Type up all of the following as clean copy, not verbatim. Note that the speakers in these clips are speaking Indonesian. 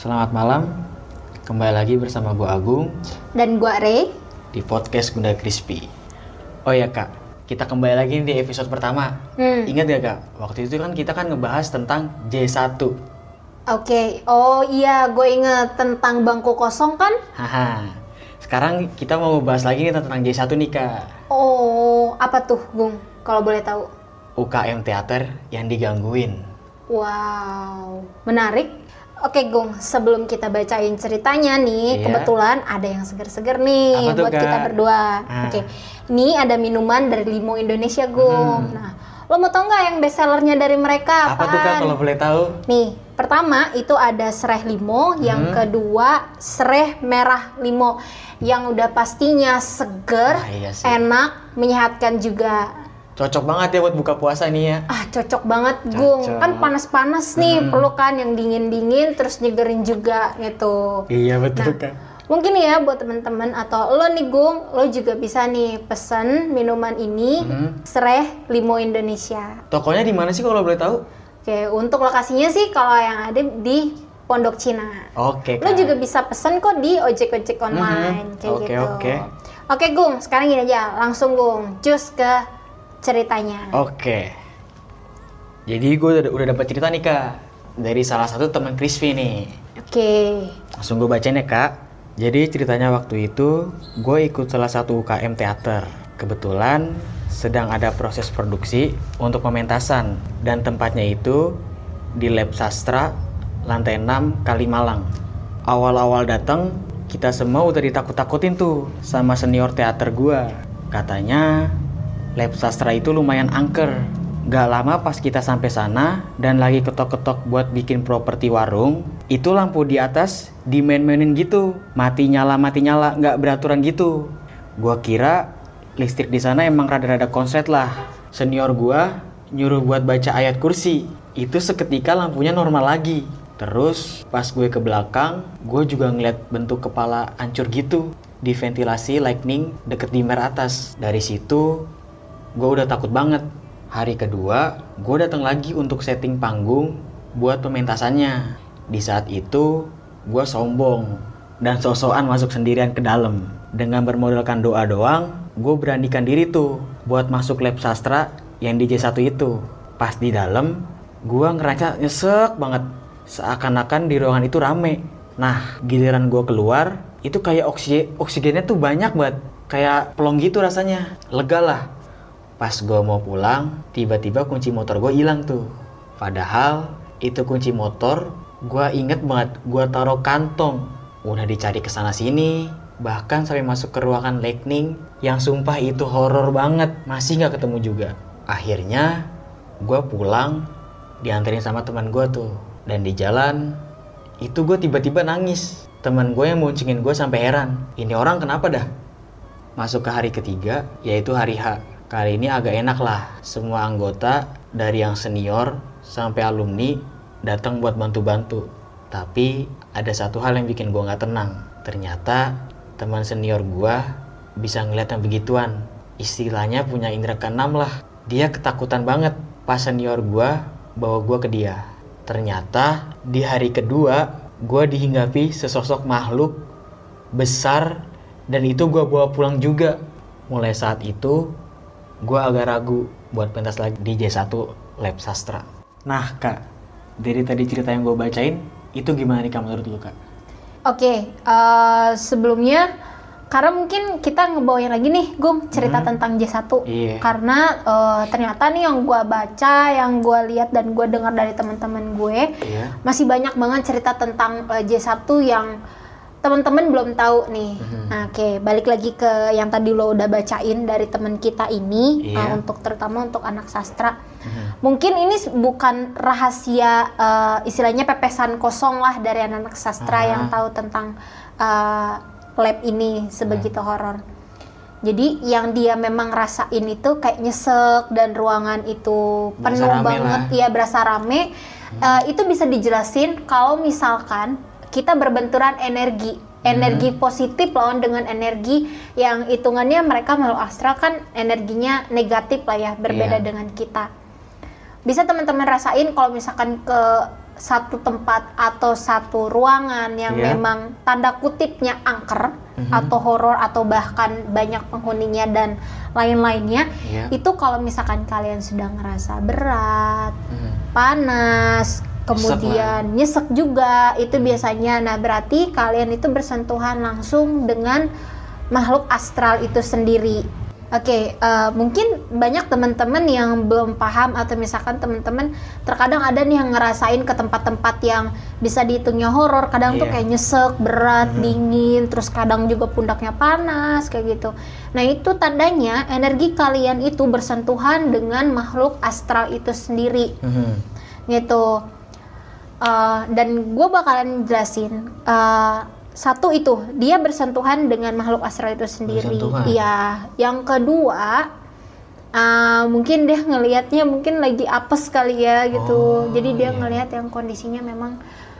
Selamat malam, kembali lagi bersama gue Agung dan gue Re di podcast Gunda Crispy. Oh ya kak, kita kembali lagi di episode pertama. Ingat gak kak, waktu itu kan kita ngebahas tentang J1. Oke. Oh iya, gue inget tentang bangku kosong kan? Haha. Sekarang kita mau ngebahas lagi nih tentang J1 nih kak. Oh, apa tuh Gung, kalau boleh tahu? UKM teater yang digangguin. Wow, menarik. Oke Gung, sebelum kita bacain ceritanya nih, kebetulan ada yang seger-seger nih buat Kak? kita berdua. Oke, ini ada minuman dari Limo Indonesia Gung. Nah, lo mau tau nggak yang best sellernya dari mereka? Apa tuh kak kalau boleh tahu? Nih, pertama itu ada sereh limo, yang kedua sereh merah limo, yang udah pastinya seger, enak, menyehatkan juga. Cocok banget ya buat buka puasa nih ya. Cocok banget Gung, kan panas-panas nih, perlu kan yang dingin-dingin terus nyegerin juga gitu. Iya betul kak. Mungkin ya buat teman-teman atau lo nih Gung, lo juga bisa nih pesen minuman ini, sereh limo Indonesia. Tokonya di mana sih kalau boleh tahu? Oke, untuk lokasinya sih kalau yang ada di Pondok Cina. Oke kak. Lo juga bisa pesen kok di ojek-ojek online kayak gitu. Oke Gung, sekarang gini aja, langsung Gung, cus ke ceritanya. Oke. Jadi gue udah dapat cerita nih kak dari salah satu teman Crispy nih. Oke. Langsung gue bacain ya kak. Jadi ceritanya waktu itu gue ikut salah satu UKM teater. Kebetulan sedang ada proses produksi untuk pementasan dan tempatnya itu di Lab Sastra lantai 6 Kalimalang. Awal-awal datang kita semua udah ditakut-takutin tuh sama senior teater gue. Katanya Lab Sastra itu lumayan angker. Gak lama pas kita sampai sana dan lagi ketok-ketok buat bikin properti warung, itu lampu di atas dimain-mainin gitu. Mati nyala, gak beraturan gitu. Gua kira listrik di sana emang rada-rada konslet lah. Senior gua nyuruh buat baca ayat kursi. Itu seketika lampunya normal lagi. Terus pas gue ke belakang, gue juga ngeliat bentuk kepala hancur gitu di ventilasi lightning deket dimmer atas. Dari situ gue udah takut banget. Hari kedua, gue datang lagi untuk setting panggung buat pementasannya. Di saat itu, gue sombong dan sok-sokan masuk sendirian ke dalam. Dengan bermodalkan doa doang, gue beranikan diri tuh buat masuk lab sastra yang di J1 itu. Pas di dalam, gue ngerasa nyesek banget. Seakan-akan di ruangan itu rame. Nah, giliran gue keluar, itu kayak oksigennya tuh banyak banget. Kayak pelong gitu rasanya. Lega lah. Pas gue mau pulang, tiba-tiba kunci motor gue hilang tuh. Padahal itu kunci motor gue inget banget gue taruh kantong. Udah dicari kesana sini, bahkan sampai masuk ke ruangan lightning yang sumpah itu horor banget, masih nggak ketemu juga. Akhirnya gue pulang, dianterin sama teman gue tuh. Dan di jalan itu gue tiba-tiba nangis. Teman gue yang boncengin gue sampai heran, ini orang kenapa dah? Masuk ke hari ketiga, yaitu hari H. Kali ini agak enak lah, semua anggota dari yang senior sampai alumni datang buat bantu-bantu. Tapi ada satu hal yang bikin gue gak tenang. Ternyata teman senior gue bisa ngeliat yang begituan. Istilahnya punya indera keenam lah. Dia ketakutan banget pas senior gue bawa gue ke dia. Ternyata di hari kedua gue dihinggapi sesosok makhluk besar dan itu gue bawa pulang juga. Mulai saat itu gue agak ragu buat pentas lagi di J1 Lab Sastra. Nah kak, dari tadi cerita yang gue bacain, itu gimana nih kak menurut lu kak? Oke, sebelumnya karena mungkin kita ngebawain lagi nih Gung cerita tentang J1. Karena ternyata nih yang gue baca, yang gue lihat dan gue dengar dari teman-teman gue, masih banyak banget cerita tentang J1 yang teman-teman belum tahu nih. Nah, oke, balik lagi ke yang tadi lo udah bacain dari teman kita ini, untuk terutama untuk anak sastra. Mungkin ini bukan rahasia, istilahnya pepesan kosong lah dari anak sastra yang tahu tentang lab ini sebegitu horor. Jadi yang dia memang rasain itu kayak nyesek dan ruangan itu penuh banget, ya berasa rame. Itu bisa dijelasin kalau misalkan kita berbenturan energi positif lawan dengan energi yang hitungannya mereka makhluk astral kan energinya negatif lah ya, berbeda dengan kita. Bisa teman-teman rasain kalau misalkan ke satu tempat atau satu ruangan yang memang tanda kutipnya angker atau horor atau bahkan banyak penghuninya dan lain-lainnya, itu kalau misalkan kalian sudah ngerasa berat, panas, kemudian nyesek juga, itu biasanya, nah berarti kalian itu bersentuhan langsung dengan makhluk astral itu sendiri. Oke, mungkin banyak teman-teman yang belum paham atau misalkan teman-teman terkadang ada nih yang ngerasain ke tempat-tempat yang bisa dihitungnya horor, kadang tuh kayak nyesek, berat, dingin, terus kadang juga pundaknya panas kayak gitu. Nah itu tandanya energi kalian itu bersentuhan dengan makhluk astral itu sendiri, gitu. Dan gue bakalan jelasin. Satu itu, dia bersentuhan dengan makhluk astral itu sendiri. Iya. Yang kedua, mungkin dia ngelihatnya mungkin lagi apes kali ya gitu. Jadi dia ngelihat yang kondisinya memang,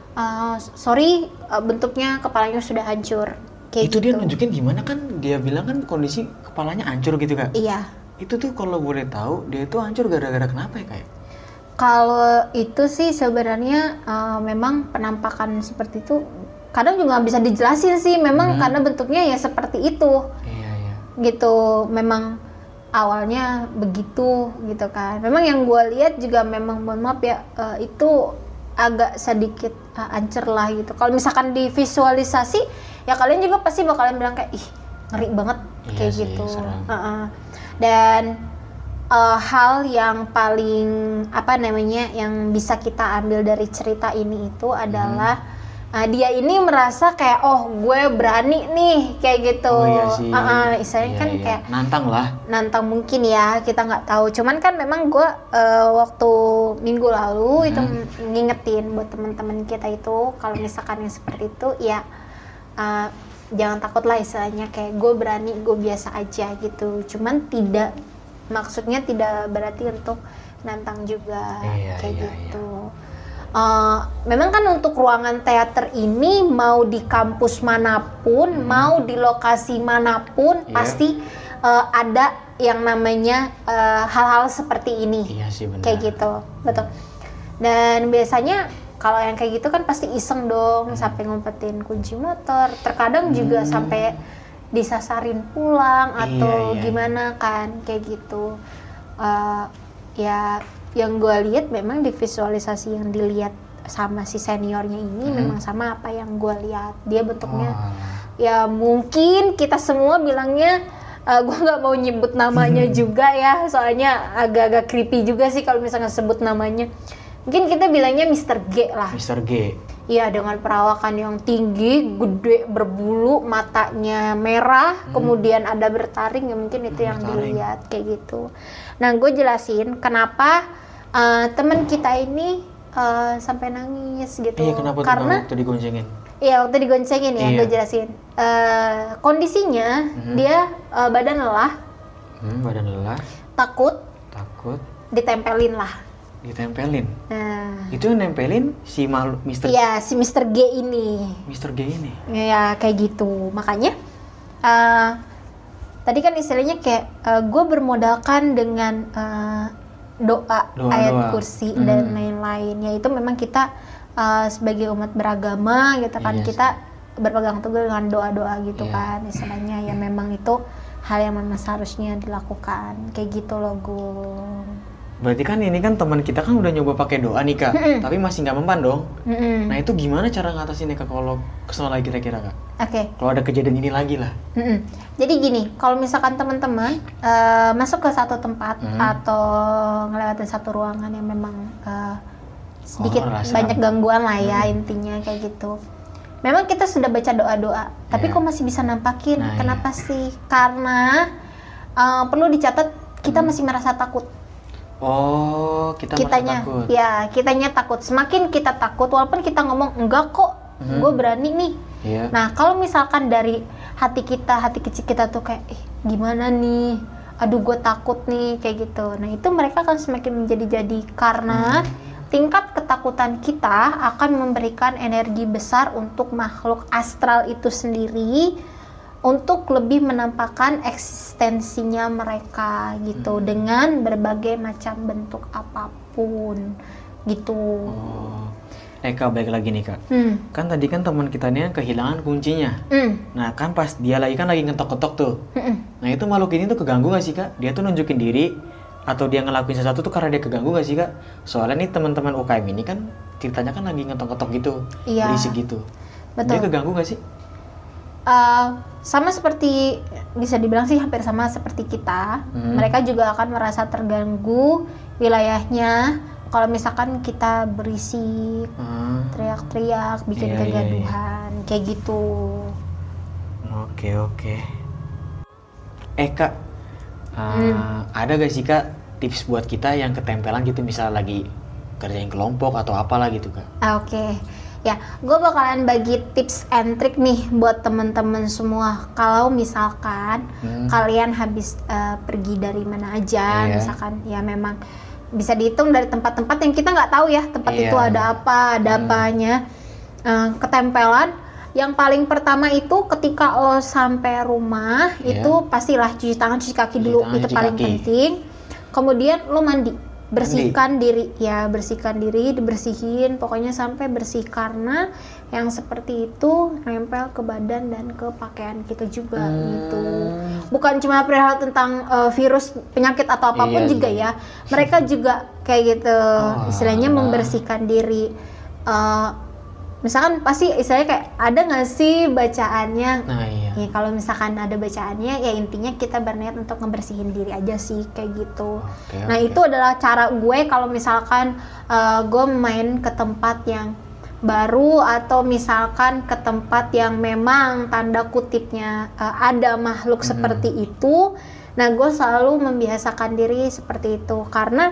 bentuknya kepalanya sudah hancur. Kayak itu gitu. Dia nunjukin gimana kan? Dia bilang kan kondisi kepalanya hancur gitu Kak? Iya. Itu tuh kalau boleh tahu, dia itu hancur gara-gara kenapa ya Kak? Kalau itu sih sebenarnya memang penampakan seperti itu kadang juga nggak bisa dijelasin sih, memang karena bentuknya ya seperti itu, gitu. Memang awalnya begitu gitu kan. Memang yang gue lihat juga memang, mohon maaf ya, itu agak sedikit ancur lah gitu. Kalau misalkan divisualisasi, ya kalian juga pasti bakalan bilang kayak ih ngeri banget kayak sih, gitu. Dan hal yang paling yang bisa kita ambil dari cerita ini itu adalah dia ini merasa kayak gue berani nih kayak gitu. Istilahnya kan kayak nantang mungkin ya, kita nggak tahu. Cuman kan memang gue waktu minggu lalu itu ngingetin buat teman-teman kita itu kalau misalkan yang seperti itu ya jangan takut lah, istilahnya kayak gue berani, gue biasa aja gitu. Cuman maksudnya tidak berarti untuk nantang juga kayak gitu. Memang kan untuk ruangan teater ini mau di kampus manapun, mau di lokasi manapun, pasti ada yang namanya hal-hal seperti ini. Iya sih, benar. Kayak gitu, betul. Dan biasanya kalau yang kayak gitu kan pasti iseng dong, sampai ngumpetin kunci motor, terkadang juga sampai disasarin pulang atau gimana kan, kayak gitu. Ya yang gue lihat memang di visualisasi yang dilihat sama si seniornya ini memang sama apa yang gue lihat. Dia bentuknya ya mungkin kita semua bilangnya, gue nggak mau nyebut namanya juga ya, soalnya agak-agak creepy juga sih kalau misalnya sebut namanya. Mungkin kita bilangnya Mr. G lah. Mr. G. Iya, dengan perawakan yang tinggi, gede, berbulu, matanya merah, kemudian ada bertaring, ya mungkin itu yang dilihat kayak gitu. Nah, gue jelasin kenapa teman kita ini sampai nangis gitu. Iya, kenapa karena waktu digoncengin? Iya, waktu digoncengin ya, gue jelasin. Kondisinya dia badan lelah. Badan lelah. Takut. Ditempelin lah. Ditempelin. Nah, itu yang nempelin si makhluk Mr. Iya, si Mr. G ini. Mr. G ini. Ya kayak gitu. Makanya tadi kan istilahnya kayak gue bermodalkan dengan doa, ayat kursi dan lain-lain. Ya itu memang kita sebagai umat beragama gitu kan, kita berpegang teguh dengan doa-doa gitu kan. Istilahnya ya memang itu hal yang memang seharusnya dilakukan. Kayak gitu loh, Gung. Berarti kan ini kan teman kita kan udah nyoba pakai doa nih Kak, tapi masih nggak mempan dong. Nah itu gimana cara ngatasinnya Kak kalau kesel lagi kira-kira Kak? Kalau ada kejadian ini lagi lah. Jadi gini, kalau misalkan teman-teman masuk ke satu tempat atau ngelewatin satu ruangan yang memang sedikit banyak gangguan lah ya, intinya kayak gitu. Memang kita sudah baca doa-doa, tapi kok masih bisa nampakin? Kenapa sih? Karena perlu dicatat kita masih merasa takut. Kitanya merasa takut. Ya, kitanya takut. Semakin kita takut, walaupun kita ngomong enggak kok, gue berani nih. Nah, kalau misalkan dari hati kecil kita tuh kayak, gimana nih? Aduh, gue takut nih, kayak gitu. Nah, itu mereka akan semakin menjadi-jadi karena tingkat ketakutan kita akan memberikan energi besar untuk makhluk astral itu sendiri untuk lebih menampakkan eksistensinya mereka gitu dengan berbagai macam bentuk apapun gitu. Kak, balik lagi nih Kak. Kan tadi kan teman kita nih kehilangan kuncinya. Nah kan pas dia lagi ngetok-ketok tuh. Nah itu makhluk ini tuh keganggu gak sih Kak? Dia tuh nunjukin diri atau dia ngelakuin sesuatu tuh karena dia keganggu gak sih Kak? Soalnya nih teman-teman UKM ini kan ceritanya kan lagi ngetok-ketok gitu, berisik gitu. Betul. Dia keganggu gak sih? Sama seperti, bisa dibilang sih hampir sama seperti kita. Mereka juga akan merasa terganggu wilayahnya kalau misalkan kita berisik, teriak-teriak, bikin kegaduhan, kayak gitu. Oke. Kak, ada gak sih Kak tips buat kita yang ketempelan gitu, misalnya lagi kerjain kelompok atau apalah gitu Kak? Oke. Ya, gue bakalan bagi tips and trick nih buat temen-temen semua. Kalau misalkan kalian habis pergi dari mana aja, misalkan ya memang bisa dihitung dari tempat-tempat yang kita nggak tahu ya tempat itu ada apa, ada apanya. Ketempelan yang paling pertama itu ketika lo sampai rumah itu pastilah cuci tangan, cuci kaki dulu, itu paling penting. Kemudian lo mandi. Bersihkan diri, dibersihin pokoknya sampai bersih, karena yang seperti itu nempel ke badan dan ke pakaian kita juga gitu. Bukan cuma perihal tentang virus, penyakit atau apapun juga ya. Mereka juga kayak gitu, istilahnya membersihkan diri. Misalkan pasti istilahnya kayak ada nggak sih bacaannya? Ya, kalau misalkan ada bacaannya ya intinya kita berniat untuk ngebersihin diri aja sih kayak gitu. Nah itu adalah cara gue kalau misalkan gue main ke tempat yang baru atau misalkan ke tempat yang memang tanda kutipnya ada makhluk seperti itu. Nah gue selalu membiasakan diri seperti itu karena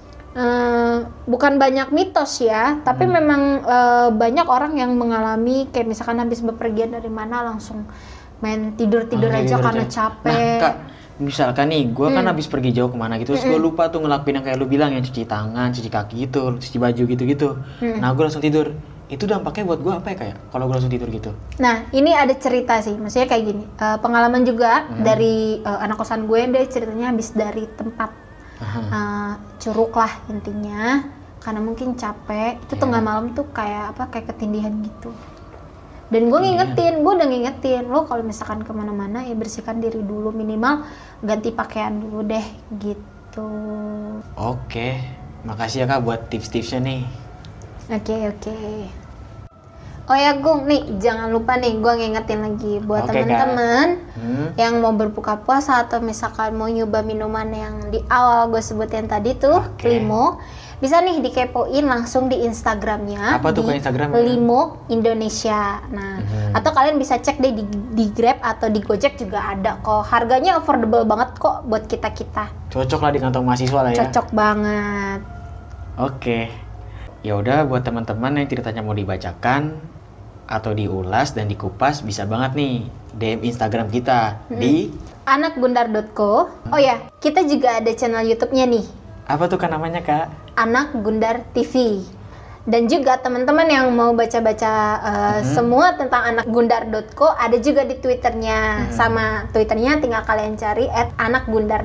bukan banyak mitos ya, tapi memang banyak orang yang mengalami kayak misalkan habis bepergian dari mana langsung main tidur aja karena capek. Nah Kak, misalkan nih gue kan habis pergi jauh kemana gitu, terus gue lupa tuh ngelakuin yang kayak lu bilang, yang cuci tangan, cuci kaki gitu, cuci baju gitu-gitu. Nah gue langsung tidur. Itu dampaknya buat gue apa ya kayak kalau gue langsung tidur gitu? Nah ini ada cerita sih, maksudnya kayak gini, pengalaman juga dari anak kosan gue, dia ceritanya habis dari tempat curug lah intinya, karena mungkin capek itu tengah malam tuh kayak ketindihan gitu. Dan gue udah ngingetin lo kalau misalkan kemana-mana ya bersihkan diri dulu, minimal ganti pakaian dulu deh gitu. Oke, makasih ya Kak buat tips-tipsnya nih. Oke. Oh ya Gung, nih jangan lupa nih gue ngingetin lagi buat teman-teman yang mau berbuka puasa atau misalkan mau nyoba minuman yang di awal gue sebutin tadi tuh, Limo, bisa nih dikepoin langsung di Instagramnya. Apa tuh Instagram? Limo Indonesia. Nah, atau kalian bisa cek deh di Grab atau di Gojek juga ada kok. Harganya affordable banget kok buat kita. Cocok lah di kantong mahasiswa lah ya. Cocok banget. Oke. Ya udah, buat teman-teman yang ceritanya mau dibacakan atau diulas dan dikupas, bisa banget nih DM Instagram kita di anakgundar.co. Oh ya, kita juga ada channel YouTube-nya nih. Apa tuh kan namanya Kak? Anak Gundar TV. Dan juga teman-teman yang mau baca-baca semua tentang anakgundar.co, ada juga di Twitternya. Sama Twitternya tinggal kalian cari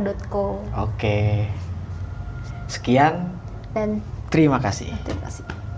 @anakgundar.co. Oke. Sekian dan terima kasih. Terima kasih.